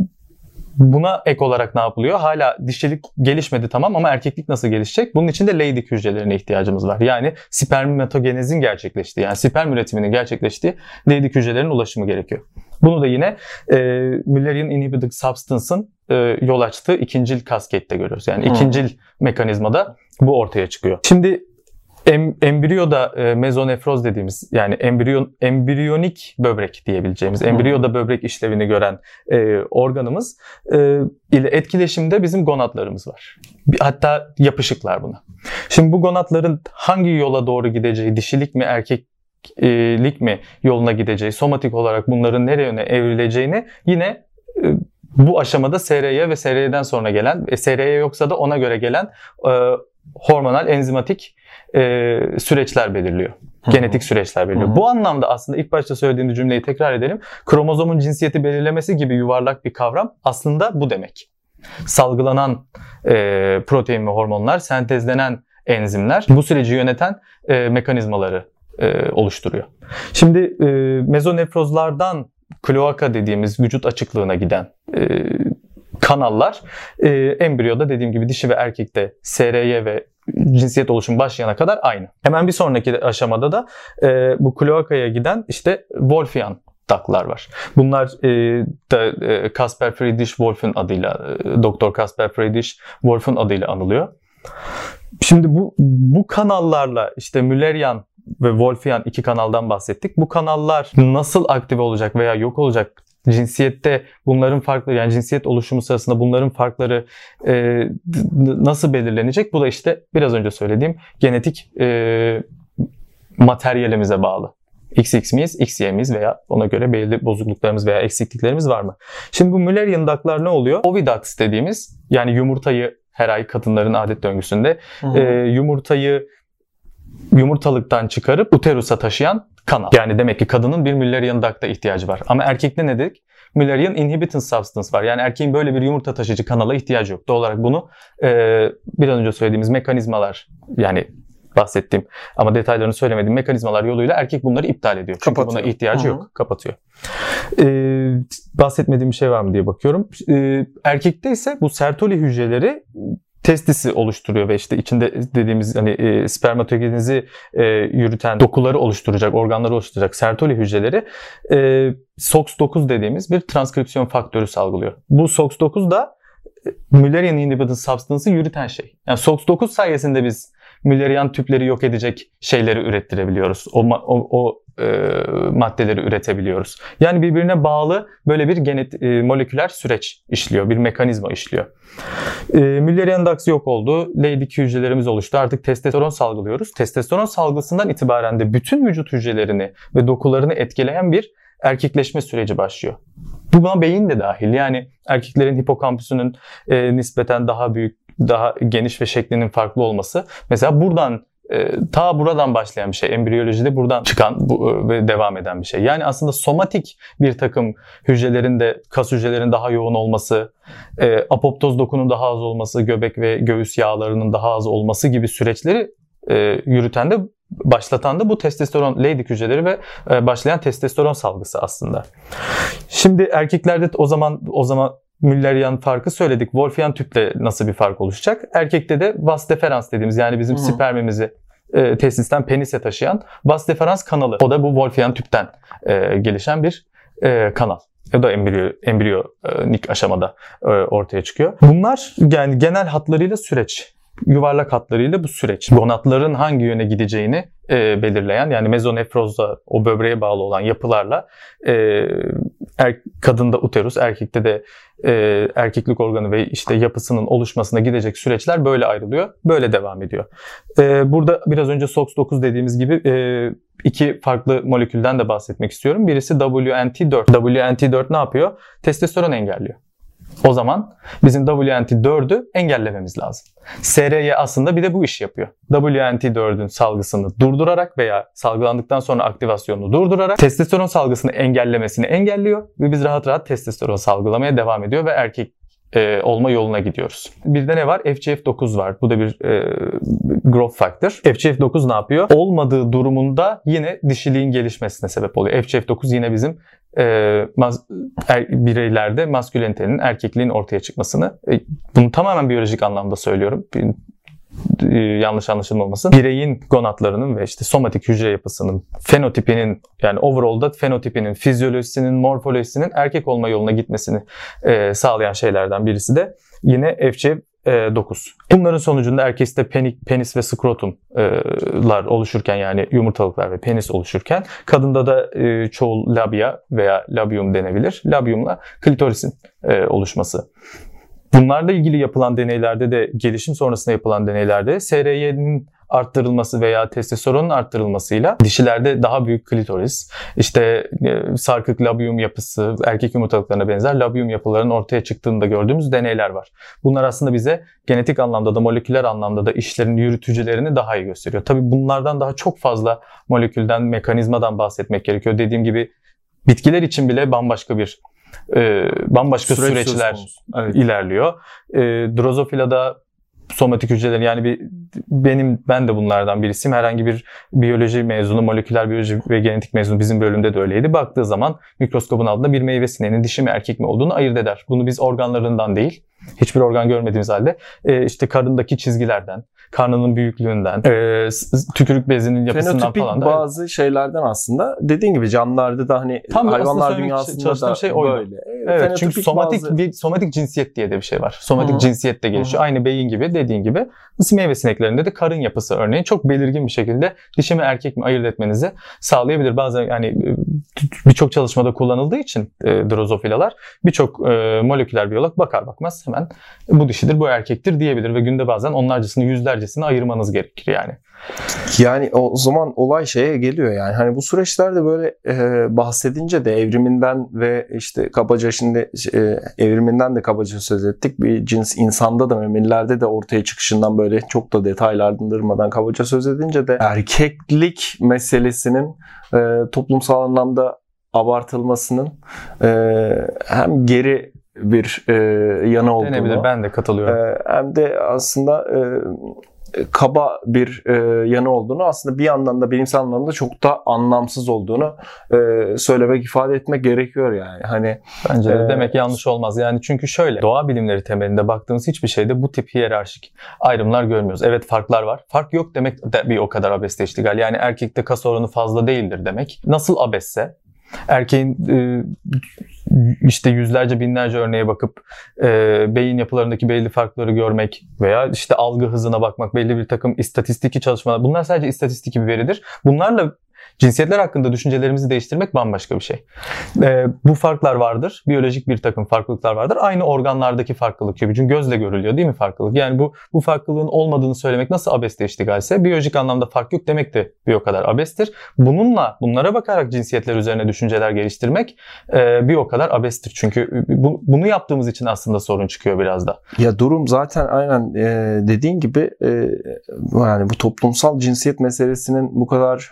Buna ek olarak ne yapılıyor? Hala dişilik gelişmedi tamam ama erkeklik nasıl gelişecek? Bunun için de Leydig hücrelerine ihtiyacımız var. Yani spermatogenezin gerçekleştiği, yani sperm üretiminin gerçekleştiği Leydig hücrelerin ulaşımı gerekiyor. Bunu da yine Müllerian inhibiting substance'ın yol açtığı ikincil kaskette görüyoruz. Yani ikincil mekanizmada bu ortaya çıkıyor. Şimdi embriyoda mezonefroz dediğimiz yani embriyonik böbrek diyebileceğimiz embriyoda böbrek işlevini gören organımız ile etkileşimde bizim gonadlarımız var. Hatta yapışıklar buna. Şimdi bu gonadların hangi yola doğru gideceği, dişilik mi erkeklik mi yoluna gideceği, somatik olarak bunların nereye yöne evrileceğini yine bu aşamada SRY ve SRY'den sonra gelen, SRY yoksa da ona göre gelen hormonal enzimatik süreçler belirliyor. Genetik süreçler belirliyor. Bu anlamda aslında ilk başta söylediğim cümleyi tekrar edelim. Kromozomun cinsiyeti belirlemesi gibi yuvarlak bir kavram aslında bu demek. Salgılanan protein ve hormonlar, sentezlenen enzimler bu süreci yöneten mekanizmaları oluştururuyor. Şimdi mezonefrozlardan kloaka dediğimiz vücut açıklığına giden kanallar embriyoda dediğim gibi dişi ve erkekte SRY ve cinsiyet oluşumu başlayana kadar aynı. Hemen bir sonraki aşamada da bu kloakaya giden işte Wolffian duct'lar var. Bunlar da Caspar Friedrich Wolff'un adıyla, Dr. Caspar Friedrich Wolff'un adıyla anılıyor. Şimdi bu kanallarla işte Müllerian ve Wolffian iki kanaldan bahsettik. Bu kanallar nasıl aktive olacak veya yok olacak? Cinsiyette bunların farkları, yani cinsiyet oluşumu sırasında bunların farkları nasıl belirlenecek? Bu da işte biraz önce söylediğim genetik materyalimize bağlı. XX miyiz, XY miyiz veya ona göre belirli bozukluklarımız veya eksikliklerimiz var mı? Şimdi bu Müllerian duct'lar ne oluyor? Oviducts dediğimiz, yani yumurtayı her ay kadınların adet döngüsünde yumurtalıktan çıkarıp uterusa taşıyan kanal. Yani demek ki kadının bir Müllerian duct'a ihtiyacı var. Ama erkekte ne dedik? Müllerian inhibiting substance var. Yani erkeğin böyle bir yumurta taşıyıcı kanala ihtiyacı yok. Doğal olarak bunu bir an önce söylediğimiz mekanizmalar, yani bahsettiğim ama detaylarını söylemediğim mekanizmalar yoluyla erkek bunları iptal ediyor. Çünkü kapatıyor. Buna ihtiyacı yok. Kapatıyor. Bahsetmediğim bir şey var mı diye bakıyorum. Erkekte ise bu Sertoli hücreleri testisi oluştururuyor ve işte içinde dediğimiz hani spermatogenezi yürüten dokuları oluşturacak, organları oluşturacak Sertoli hücreleri SOX9 dediğimiz bir transkripsiyon faktörü salgılıyor. Bu SOX9 da Müllerian inhibiting substance'ı yürüten şey. Yani SOX9 sayesinde biz Müllerian tüpleri yok edecek şeyleri ürettirebiliyoruz. O maddeleri üretebiliyoruz. Yani birbirine bağlı böyle bir moleküler süreç işliyor, bir mekanizma işliyor. Müllerian ducts yok oldu, Leydig hücrelerimiz oluştu. Artık testosteron salgılıyoruz. Testosteron salgısından itibaren de bütün vücut hücrelerini ve dokularını etkileyen bir erkekleşme süreci başlıyor. Buna beyin de dahil. Yani erkeklerin hipokampüsünün nispeten daha büyük, daha geniş ve şeklinin farklı olması. Mesela buradan başlayan bir şey. Embriyolojide buradan çıkan ve devam eden bir şey. Yani aslında somatik bir takım hücrelerin de, kas hücrelerinin daha yoğun olması, apoptoz dokunun daha az olması, göbek ve göğüs yağlarının daha az olması gibi süreçleri yürüten de, başlatan da bu testosteron, Leydig hücreleri ve başlayan testosteron salgısı aslında. Şimdi erkeklerde o zaman Müllerian farkı söyledik. Wolffian tüple nasıl bir fark oluşacak? Erkekte de vas deferans dediğimiz, yani bizim spermimizi tesisten penise taşıyan vas deferans kanalı. O da bu Wolffian tüpten gelişen bir kanal. Ya da embriyonik aşamada ortaya çıkıyor. Bunlar yani genel hatlarıyla süreç. Yuvarlak hatlarıyla bu süreç. Gonadların hangi yöne gideceğini belirleyen, yani mezonefrozda o böbreğe bağlı olan yapılarla kadında uterus, erkekte de erkeklik organı ve işte yapısının oluşmasına gidecek süreçler böyle ayrılıyor. Böyle devam ediyor. Burada biraz önce SOX9 dediğimiz gibi iki farklı molekülden de bahsetmek istiyorum. Birisi WNT4. WNT4 ne yapıyor? Testosteron engelliyor. O zaman bizim WNT4'ü engellememiz lazım. SRY aslında bir de bu işi yapıyor. WNT4'ün salgısını durdurarak veya salgılandıktan sonra aktivasyonunu durdurarak testosteron salgısını engellemesini engelliyor ve biz rahat rahat testosteron salgılamaya devam ediyor ve erkek olma yoluna gidiyoruz. Bir de ne var? FGF9 var. Bu da bir growth factor. FGF9 ne yapıyor? Olmadığı durumunda yine dişiliğin gelişmesine sebep oluyor. FGF9 yine bizim bireylerde maskülenitenin, erkekliğin ortaya çıkmasını, bunu tamamen biyolojik anlamda söylüyorum. Yanlış anlaşılmaması. Bireyin gonadlarının ve işte somatik hücre yapısının, fenotipinin, yani overall'da fenotipinin, fizyolojisinin, morfolojisinin erkek olma yoluna gitmesini sağlayan şeylerden birisi de yine FGF9. Bunların sonucunda erkekte penis ve skrotumlar oluşurken, yani yumurtalıklar ve penis oluşurken, kadında da çoğul labia veya labium denebilir. Labiumla klitorisin oluşması. Bunlarla ilgili yapılan deneylerde de, gelişim sonrasında yapılan deneylerde SRY'nin arttırılması veya testosteronun arttırılmasıyla dişilerde daha büyük klitoris, işte sarkık labium yapısı, erkek yumurtalıklarına benzer labium yapılarının ortaya çıktığını da gördüğümüz deneyler var. Bunlar aslında bize genetik anlamda da moleküler anlamda da işlerin yürütücülerini daha iyi gösteriyor. Tabii bunlardan daha çok fazla molekülden, mekanizmadan bahsetmek gerekiyor. Dediğim gibi bitkiler için bile bambaşka süreçler ilerliyor. Drozofila'da somatik hücrelerin, yani ben de bunlardan birisiyim. Herhangi bir biyoloji mezunu, moleküler biyoloji ve genetik mezunu, bizim bölümde de öyleydi. Baktığı zaman mikroskopun altında bir meyve sineğinin dişi mi erkek mi olduğunu ayırt eder. Bunu biz organlarından değil, hiçbir organ görmediğimiz halde işte karındaki çizgilerden, karnının büyüklüğünden, tükürük bezinin yapısından fenotipik falan da. Bazı şeylerden aslında dediğin gibi canlılarda da hani hayvanlar dünyasında da şey böyle. Evet, çünkü somatik cinsiyet diye de bir şey var. Somatik cinsiyet de gelişiyor. Aynı beyin gibi, dediğin gibi. Meyve sineklerinde de karın yapısı örneğin çok belirgin bir şekilde dişi mi erkek mi ayırt etmenizi sağlayabilir. Bazen yani birçok çalışmada kullanıldığı için drozofilalar, birçok moleküler biyolog bakar bakmaz hemen bu dişidir, bu erkektir diyebilir ve günde bazen onlarcasını, yüzlercesini ayırmanız gerekir yani. Yani o zaman olay şeye geliyor, yani hani bu süreçlerde böyle bahsedince de evriminden ve işte kabaca şimdi evriminden de kabaca söz ettik. Bir cins insanda da, memelilerde de ortaya çıkışından böyle çok da detaylandırmadan kabaca söz edince de erkeklik meselesinin toplumsal anlamda abartılmasının hem geri bir yanı olduğunu, denebilir, ben de katılıyorum. Hem de aslında kaba bir yanı olduğunu, aslında bir yandan da bilimsel anlamda çok da anlamsız olduğunu söylemek, ifade etmek gerekiyor yani. Hani bence de demek yanlış olmaz. Yani çünkü şöyle, doğa bilimleri temelinde baktığımız hiçbir şeyde bu tip hiyerarşik ayrımlar görmüyoruz. Evet, farklar var. Fark yok demek de bir o kadar abesle iştigal. Yani erkekte kas oranı fazla değildir demek. Nasıl abesse? Erkeğin işte yüzlerce, binlerce örneğe bakıp beyin yapılarındaki belli farkları görmek veya işte algı hızına bakmak, belli bir takım istatistiki çalışmalar. Bunlar sadece istatistik bir veridir. Bunlarla cinsiyetler hakkında düşüncelerimizi değiştirmek bambaşka bir şey. Bu farklar vardır. Biyolojik bir takım farklılıklar vardır. Aynı organlardaki farklılık gibi. Çünkü gözle görülüyor değil mi farklılık? Yani bu farklılığın olmadığını söylemek nasıl abesle iştigalse, biyolojik anlamda fark yok demek de bir o kadar abestir. Bunlara bakarak cinsiyetler üzerine düşünceler geliştirmek bir o kadar abestir. Çünkü bunu yaptığımız için aslında sorun çıkıyor biraz da. Ya durum zaten aynen dediğin gibi, yani bu toplumsal cinsiyet meselesinin bu kadar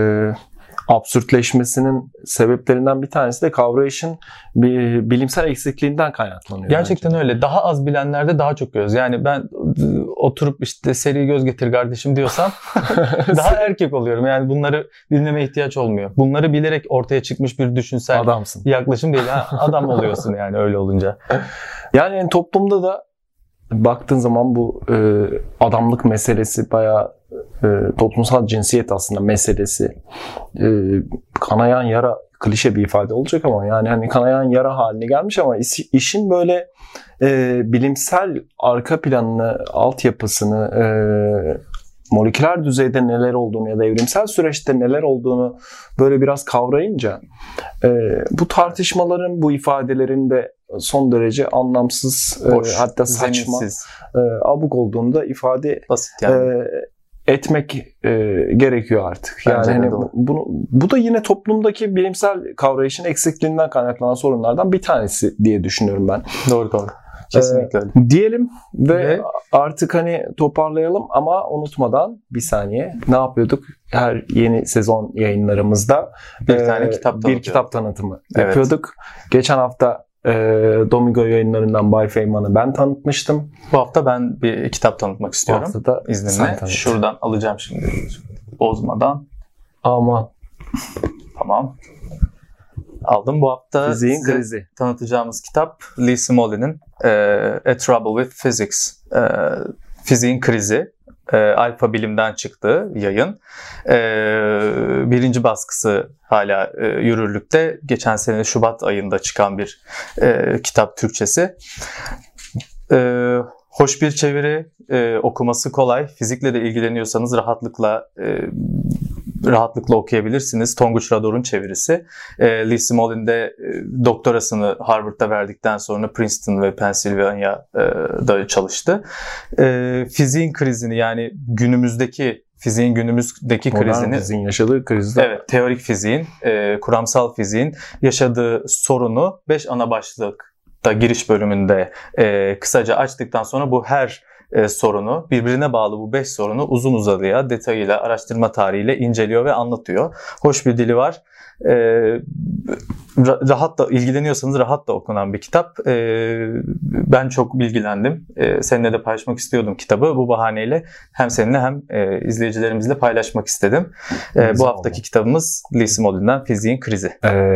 absürtleşmesinin sebeplerinden bir tanesi de kavrayışın bir bilimsel eksikliğinden kaynaklanıyor. Gerçekten bence öyle. Daha az bilenlerde daha çok görüyoruz. Yani ben oturup işte seri göz getir kardeşim diyorsam daha erkek oluyorum. Yani bunları bilmeme ihtiyaç olmuyor. Bunları bilerek ortaya çıkmış bir düşünsel Adamsın. yaklaşım değil. Adam oluyorsun yani öyle olunca. Yani toplumda da baktığın zaman bu adamlık meselesi bayağı toplumsal cinsiyet aslında meselesi. Kanayan yara, klişe bir ifade olacak ama yani hani kanayan yara haline gelmiş ama işin böyle bilimsel arka planını, altyapısını, moleküler düzeyde neler olduğunu ya da evrimsel süreçte neler olduğunu böyle biraz kavrayınca bu tartışmaların, bu ifadelerin de son derece anlamsız, boş, hatta saçma, abuk olduğunu da ifade basit yani. Etmek gerekiyor artık. Yani hani bu da yine toplumdaki bilimsel kavrayışın eksikliğinden kaynaklanan sorunlardan bir tanesi diye düşünüyorum ben. Doğru. Kesinlikle öyle. Diyelim ve artık hani toparlayalım ama unutmadan bir saniye ne yapıyorduk? Her yeni sezon yayınlarımızda bir kitap tanıtımı yapıyorduk. Geçen hafta Domingo yayınlarından Bay Feynman'ı ben tanıtmıştım. Bu hafta ben bir kitap tanıtmak istiyorum. Bu hafta da İzninle. Şuradan alacağım şimdi bozmadan. Aman. Tamam. Aldım. Bu hafta Fiziğin krizi tanıtacağımız kitap Lee Smoley'nin A Trouble with Physics. Fiziğin krizi. Alfa Bilim'den çıktığı yayın. Birinci baskısı hala yürürlükte. Geçen sene Şubat ayında çıkan bir kitap Türkçesi. Hoş bir çeviri, okuması kolay. Fizikle de ilgileniyorsanız rahatlıkla okuyabilirsiniz. Tonguç Rador'un çevirisi. Lee Smolin de doktorasını Harvard'da verdikten sonra Princeton ve Pennsylvania'da çalıştı. Fiziğin krizini yani fiziğin günümüzdeki modern krizini, fiziğin yaşadığı krizde. Evet, teorik fiziğin, kuramsal fiziğin yaşadığı sorunu 5 ana başlıkta giriş bölümünde kısaca açtıktan sonra bu her sorunu, birbirine bağlı bu 5 sorunu uzun uzadıya, detayıyla, araştırma tarihiyle inceliyor ve anlatıyor. Hoş bir dili var. İlgileniyorsanız rahat da okunan bir kitap. Ben çok bilgilendim. Seninle de paylaşmak istiyordum kitabı. Bu bahaneyle hem seninle hem izleyicilerimizle paylaşmak istedim. Bu haftaki kitabımız Lee Smoley'den Fiziğin Krizi.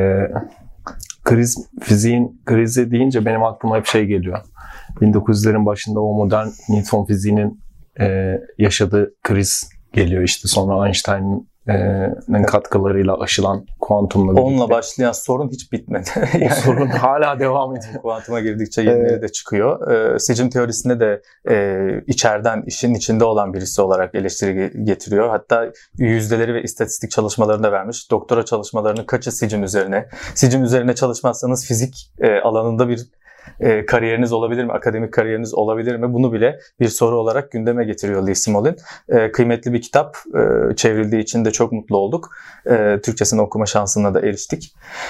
Fiziğin krizi deyince benim aklıma hep şey geliyor. 1900'lerin başında o modern Newton fiziğinin yaşadığı kriz geliyor işte. Sonra Einstein'ın katkılarıyla aşılan kuantumla birlikte. Onunla başlayan sorun hiç bitmedi. O sorun hala devam ediyor. Kuantuma girdikçe yenileri de çıkıyor. Sicim teorisinde de içeriden, işin içinde olan birisi olarak eleştiri getiriyor. Hatta yüzdeleri ve istatistik çalışmalarını da vermiş. Doktora çalışmalarının kaçı sicim üzerine? Sicim üzerine çalışmazsanız fizik alanında bir kariyeriniz olabilir mi? Akademik kariyeriniz olabilir mi? Bunu bile bir soru olarak gündeme getiriyor Lee Smoley. Kıymetli bir kitap. Çevrildiği için de çok mutlu olduk. Türkçesini okuma şansına da eriştik.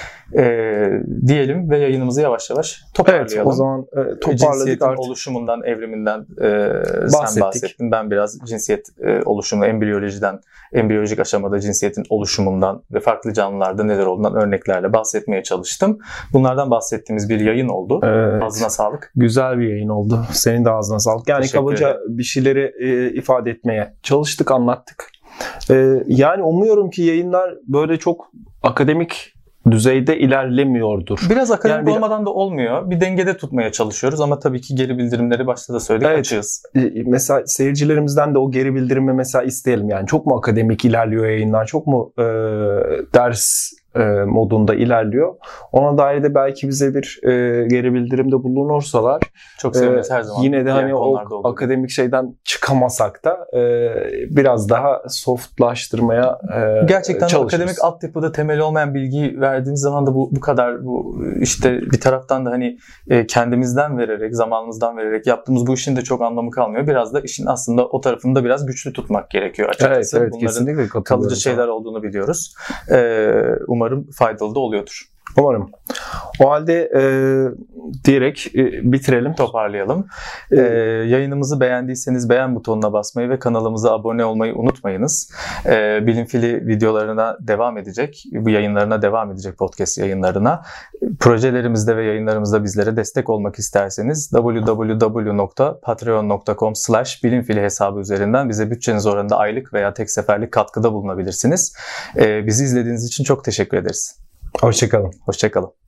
Diyelim ve yayınımızı yavaş yavaş toparlayalım. Evet, o zaman toparladık Cinsiyetin artık. Oluşumundan, evriminden sen bahsettin. Ben biraz cinsiyet oluşumu, embriyolojik aşamada cinsiyetin oluşumundan ve farklı canlılarda neler olduğundan örneklerle bahsetmeye çalıştım. Bunlardan bahsettiğimiz bir yayın oldu. Evet. Ağzına sağlık. Güzel bir yayın oldu. Senin de ağzına sağlık. Yani kabaca bir şeyleri ifade etmeye çalıştık, anlattık. Yani umuyorum ki yayınlar böyle çok akademik düzeyde ilerlemiyordur. Biraz akademik yani olmadan da olmuyor. Bir dengede tutmaya çalışıyoruz ama tabii ki geri bildirimleri başta da söyledik, evet, açığız. Mesela seyircilerimizden de o geri bildirimi mesela isteyelim. Yani çok mu akademik ilerliyor yayınlar, çok mu ders modunda ilerliyor. Ona dair de belki bize bir geri bildirimde bulunursalar çok seviniriz her zaman. Yine de hani o akademik şeyden çıkamasak da biraz daha softlaştırmaya gerçekten çalışırız. Akademik altyapıda temeli olmayan bilgi verdiğimiz zaman da bu kadar işte bir taraftan da hani kendimizden vererek, zamanımızdan vererek yaptığımız bu işin de çok anlamı kalmıyor. Biraz da işin aslında o tarafını da biraz güçlü tutmak gerekiyor açıkçası. Evet, bunların kesinlikle kalıcı şeyler olduğunu biliyoruz. Umarım faydalı da oluyordur. Umarım. O halde diyerek bitirelim. Toparlayalım. Yayınımızı beğendiyseniz beğen butonuna basmayı ve kanalımıza abone olmayı unutmayınız. Bilimfili videolarına devam edecek, bu yayınlarına devam edecek, podcast yayınlarına. Projelerimizde ve yayınlarımızda bizlere destek olmak isterseniz www.patreon.com/bilimfili hesabı üzerinden bize bütçeniz oranında aylık veya tek seferlik katkıda bulunabilirsiniz. Bizi izlediğiniz için çok teşekkür ederiz. Hoşça kalın. Hoşça kalın.